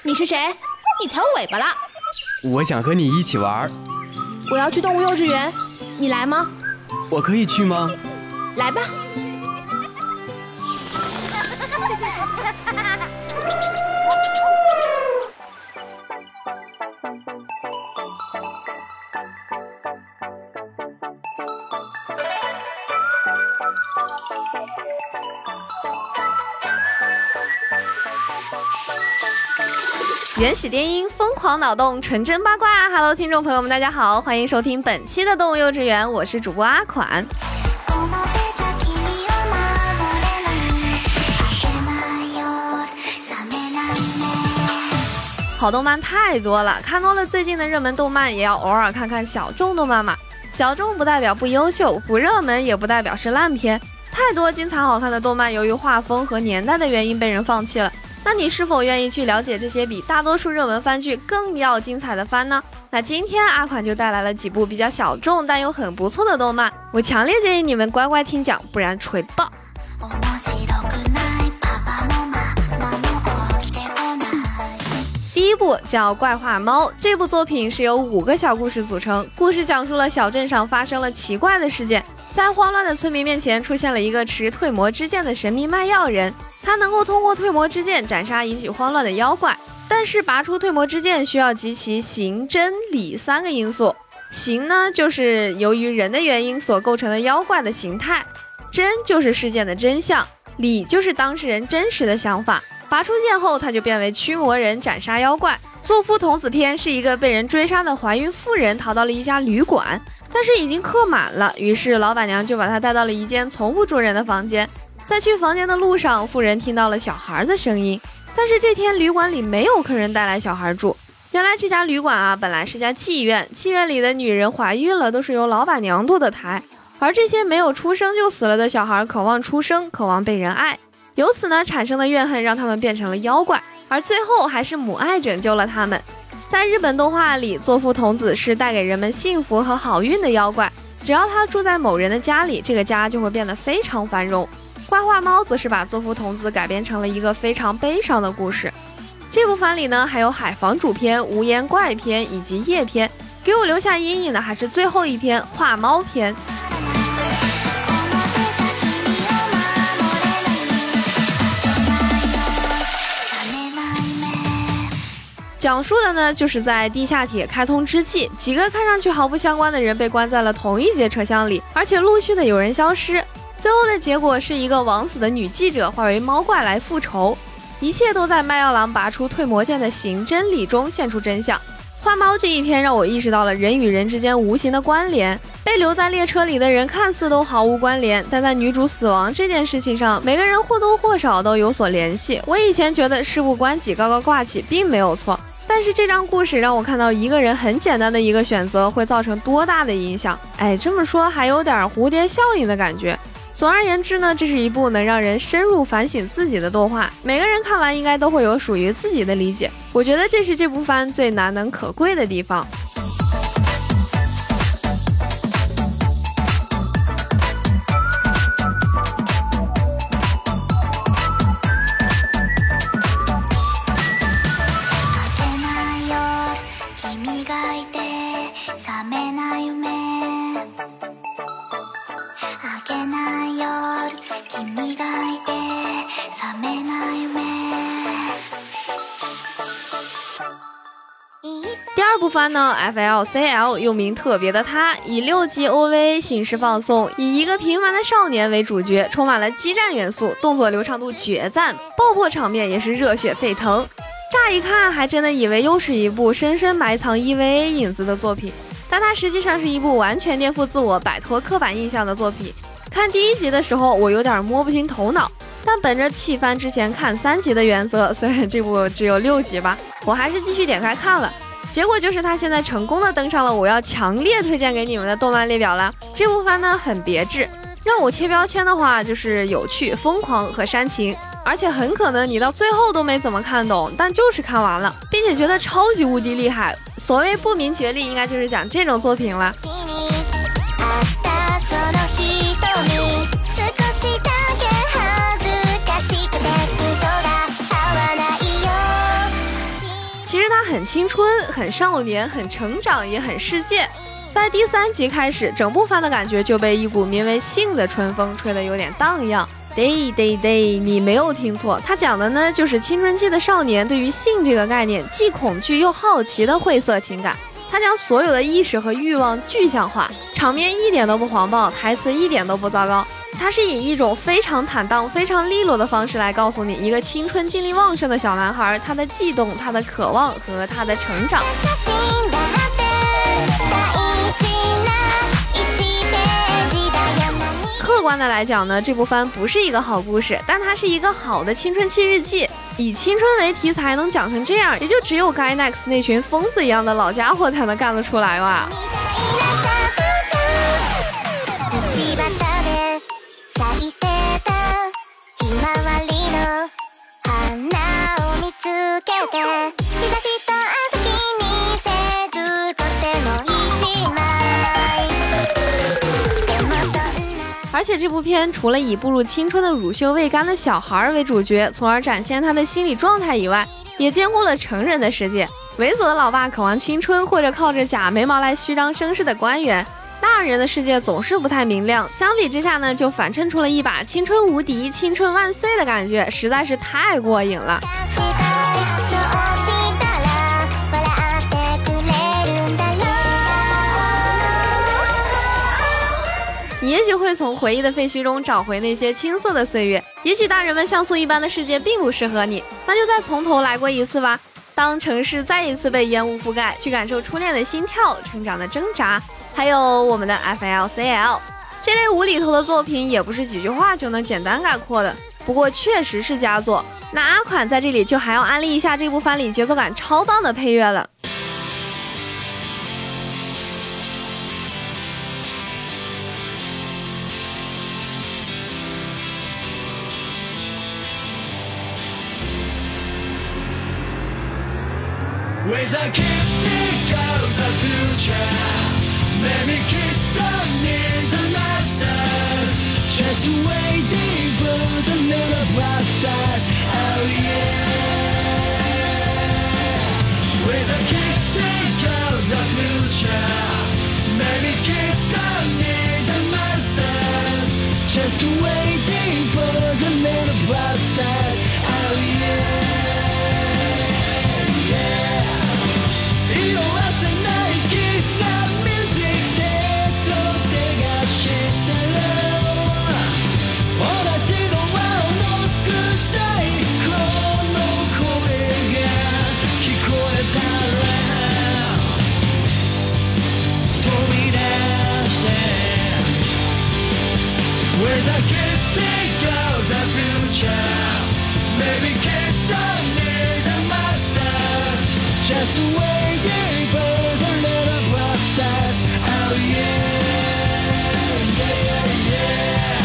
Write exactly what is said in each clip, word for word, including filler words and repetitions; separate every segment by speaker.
Speaker 1: 你是谁？你踩我尾巴了。
Speaker 2: 我想和你一起玩。
Speaker 1: 我要去动物幼稚园，你来吗？
Speaker 2: 我可以去吗？
Speaker 1: 来吧。
Speaker 3: 原始电音，疯狂脑洞，纯真八卦。Hello， 听众朋友们，大家好，欢迎收听本期的动物幼稚园，我是主播阿款。好动漫太多了，看多了最近的热门动漫，也要偶尔看看小众动漫嘛。小众不代表不优秀，不热门也不代表是烂片。太多精彩好看的动漫，由于画风和年代的原因被人放弃了。那你是否愿意去了解这些比大多数热门番剧更要精彩的番呢？那今天阿款就带来了几部比较小众但又很不错的动漫，我强烈建议你们乖乖听讲，不然锤爆。第一部叫《怪话猫》，这部作品是由五个小故事组成，故事讲述了小镇上发生了奇怪的事件，在慌乱的村民面前出现了一个持退魔之剑的神秘卖药人，他能够通过退魔之剑斩杀引起慌乱的妖怪，但是拔出退魔之剑需要集齐形、真、理三个因素。形呢，就是由于人的原因所构成的妖怪的形态；真就是事件的真相；理就是当事人真实的想法。拔出剑后，他就变为驱魔人，斩杀妖怪。作夫童子篇是一个被人追杀的怀孕妇人逃到了一家旅馆，但是已经客满了，于是老板娘就把她带到了一间从不住人的房间。在去房间的路上，妇人听到了小孩的声音，但是这天旅馆里没有客人带来小孩住。原来这家旅馆啊，本来是家妓院，妓院里的女人怀孕了都是由老板娘堕的胎，而这些没有出生就死了的小孩渴望出生，渴望被人爱，由此呢产生的怨恨让他们变成了妖怪，而最后还是母爱拯救了他们。在日本动画里，作夫童子是带给人们幸福和好运的妖怪，只要他住在某人的家里，这个家就会变得非常繁荣。怪话猫则是把作夫童子改编成了一个非常悲伤的故事。这部番里呢，还有海房主篇、无言怪篇以及夜篇，给我留下阴影的还是最后一篇画猫篇。讲述的呢，就是在地下铁开通之际，几个看上去毫不相关的人被关在了同一节车厢里，而且陆续的有人消失。最后的结果是一个枉死的女记者化为猫怪来复仇，一切都在卖药郎拔出退魔剑的行真理中现出真相。画猫这一篇让我意识到了人与人之间无形的关联，被留在列车里的人看似都毫无关联，但在女主死亡这件事情上，每个人或多或少都有所联系。我以前觉得事不关己高高挂起并没有错，但是这张故事让我看到一个人很简单的一个选择会造成多大的影响。哎，这么说还有点蝴蝶效应的感觉。总而言之呢，这是一部能让人深入反省自己的动画，每个人看完应该都会有属于自己的理解，我觉得这是这部番最难能可贵的地方。第二部番呢 F L C L 又名特别的他，以六集 O V A 形式放送，以一个平凡的少年为主角，充满了激战元素，动作流畅度绝赞，爆破场面也是热血沸腾。乍一看还真的以为又是一部深深埋藏 E V A 影子的作品，但它实际上是一部完全颠覆自我、摆脱刻板印象的作品。看第一集的时候我有点摸不清头脑，但本着弃番之前看三集的原则，虽然这部只有六集吧，我还是继续点开看了。结果就是它现在成功的登上了我要强烈推荐给你们的动漫列表了。这部番呢很别致，让我贴标签的话就是有趣、疯狂和煽情，而且很可能你到最后都没怎么看懂，但就是看完了，并且觉得超级无敌厉害。所谓不明觉厉，应该就是讲这种作品了。 很青春、很少年、很成长，也很世界。在第三集开始，整部番的感觉就被一股名为性的春风吹得有点荡漾。day day day， 你没有听错，它讲的呢就是青春期的少年对于性这个概念既恐惧又好奇的晦涩情感。它将所有的意识和欲望具象化，场面一点都不黄暴，台词一点都不糟糕。它是以一种非常坦荡、非常利落的方式来告诉你，一个青春精力旺盛的小男孩，他的悸动、他的渴望和他的成长。客观的来讲呢，这部番不是一个好故事，但它是一个好的青春期日记。以青春为题材能讲成这样，也就只有 Gainax 那群疯子一样的老家伙才能干得出来吧。而且这部片除了以步入青春的乳臭未干的小孩为主角，从而展现他的心理状态以外，也兼顾了成人的世界。猥琐的老爸渴望青春，或者靠着假眉毛来虚张声势的官员，大人的世界总是不太明亮。相比之下呢，就反衬出了一把青春无敌、青春万岁的感觉，实在是太过瘾了。你也许会从回忆的废墟中找回那些青涩的岁月，也许大人们像素一般的世界并不适合你，那就再从头来过一次吧。当城市再一次被烟雾覆盖，去感受初恋的心跳、成长的挣扎，还有我们的 F L C L 这类无厘头的作品，也不是几句话就能简单概括的。不过确实是佳作。那阿款在这里就还要安利一下这部番里节奏感超棒的配乐了。
Speaker 4: With a kick of the future, maybe kids don't need the masters, just waiting for the little blasters. Oh yeah. With a kick of the future, maybe kids don't need the masters, just waiting for the little blasters. Oh yeah.色褪せないきなミュージックでと手がしたら同じドアをノックしたいこの声が聞こえたら飛び出して With a kiss of the future Maybe kids don't need a master Just waiting for the little blasters. Oh yeah, yeah, yeah, yeah.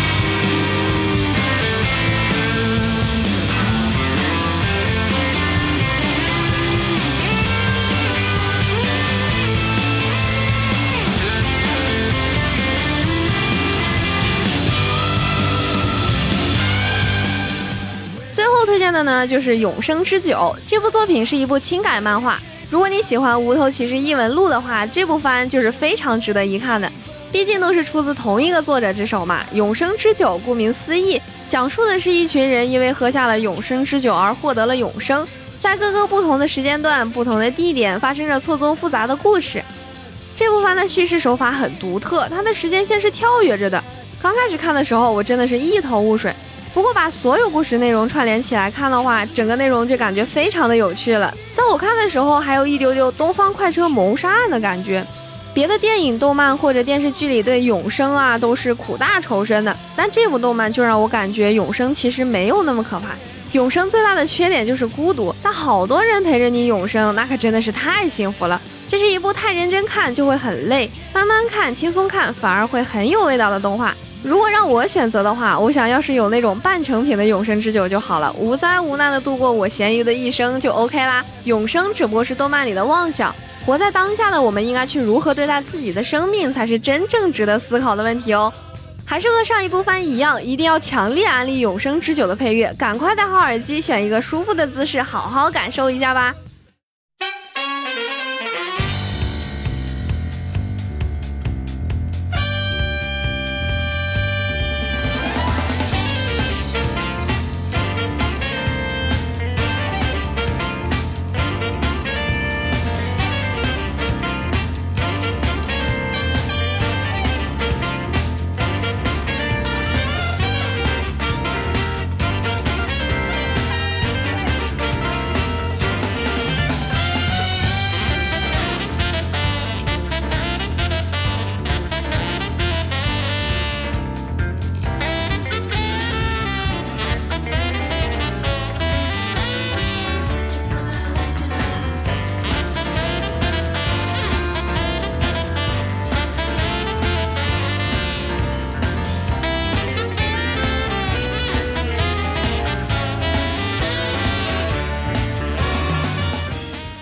Speaker 3: 最后推荐的呢，就是《永生之酒》这部作品是一部轻改漫画。如果你喜欢《无头骑士异闻录》的话，这部番就是非常值得一看的。毕竟都是出自同一个作者之手嘛。永生之酒顾名思义，讲述的是一群人因为喝下了永生之酒而获得了永生，在各个不同的时间段、不同的地点发生着错综复杂的故事。这部番的叙事手法很独特，它的时间线是跳跃着的。刚开始看的时候，我真的是一头雾水。不过把所有故事内容串联起来看的话，整个内容就感觉非常的有趣了。在我看的时候，还有一丢丢东方快车谋杀案的感觉。别的电影、动漫或者电视剧里对永生啊都是苦大仇深的，但这部动漫就让我感觉永生其实没有那么可怕。永生最大的缺点就是孤独，但好多人陪着你永生，那可真的是太幸福了。这是一部太认真看就会很累，慢慢看、轻松看反而会很有味道的动画。如果让我选择的话，我想要是有那种半成品的永生之酒就好了，无灾无难的度过我闲余的一生就 OK 啦。永生只不过是动漫里的妄想，活在当下的我们应该去如何对待自己的生命，才是真正值得思考的问题哦。还是和上一部番一样，一定要强烈安利永生之酒的配乐，赶快戴好耳机，选一个舒服的姿势，好好感受一下吧。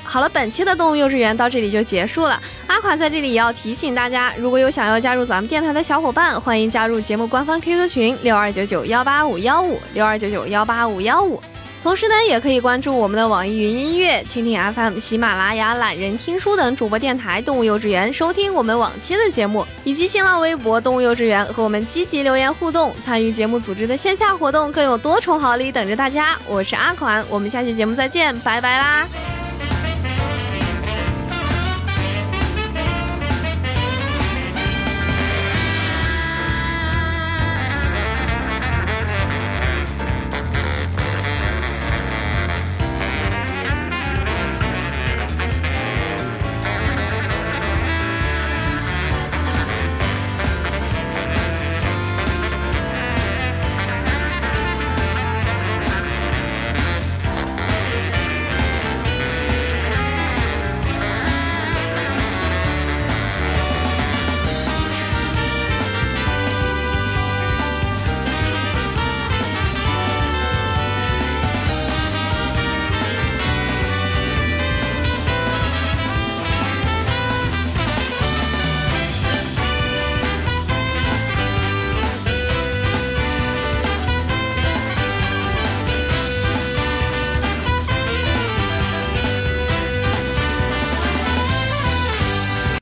Speaker 3: 好了，本期的动物幼稚园到这里就结束了。阿款在这里也要提醒大家，如果有想要加入咱们电台的小伙伴，欢迎加入节目官方 Q Q 群六二九九幺八五幺五六二九九幺八五幺五。同时呢，也可以关注我们的网易云音乐、蜻蜓 F M、喜马拉雅、懒人听书等主播电台动物幼稚园，收听我们往期的节目，以及新浪微博动物幼稚园和我们积极留言互动，参与节目组织的线下活动，更有多重好礼等着大家。我是阿款，我们下期节目再见，拜拜啦。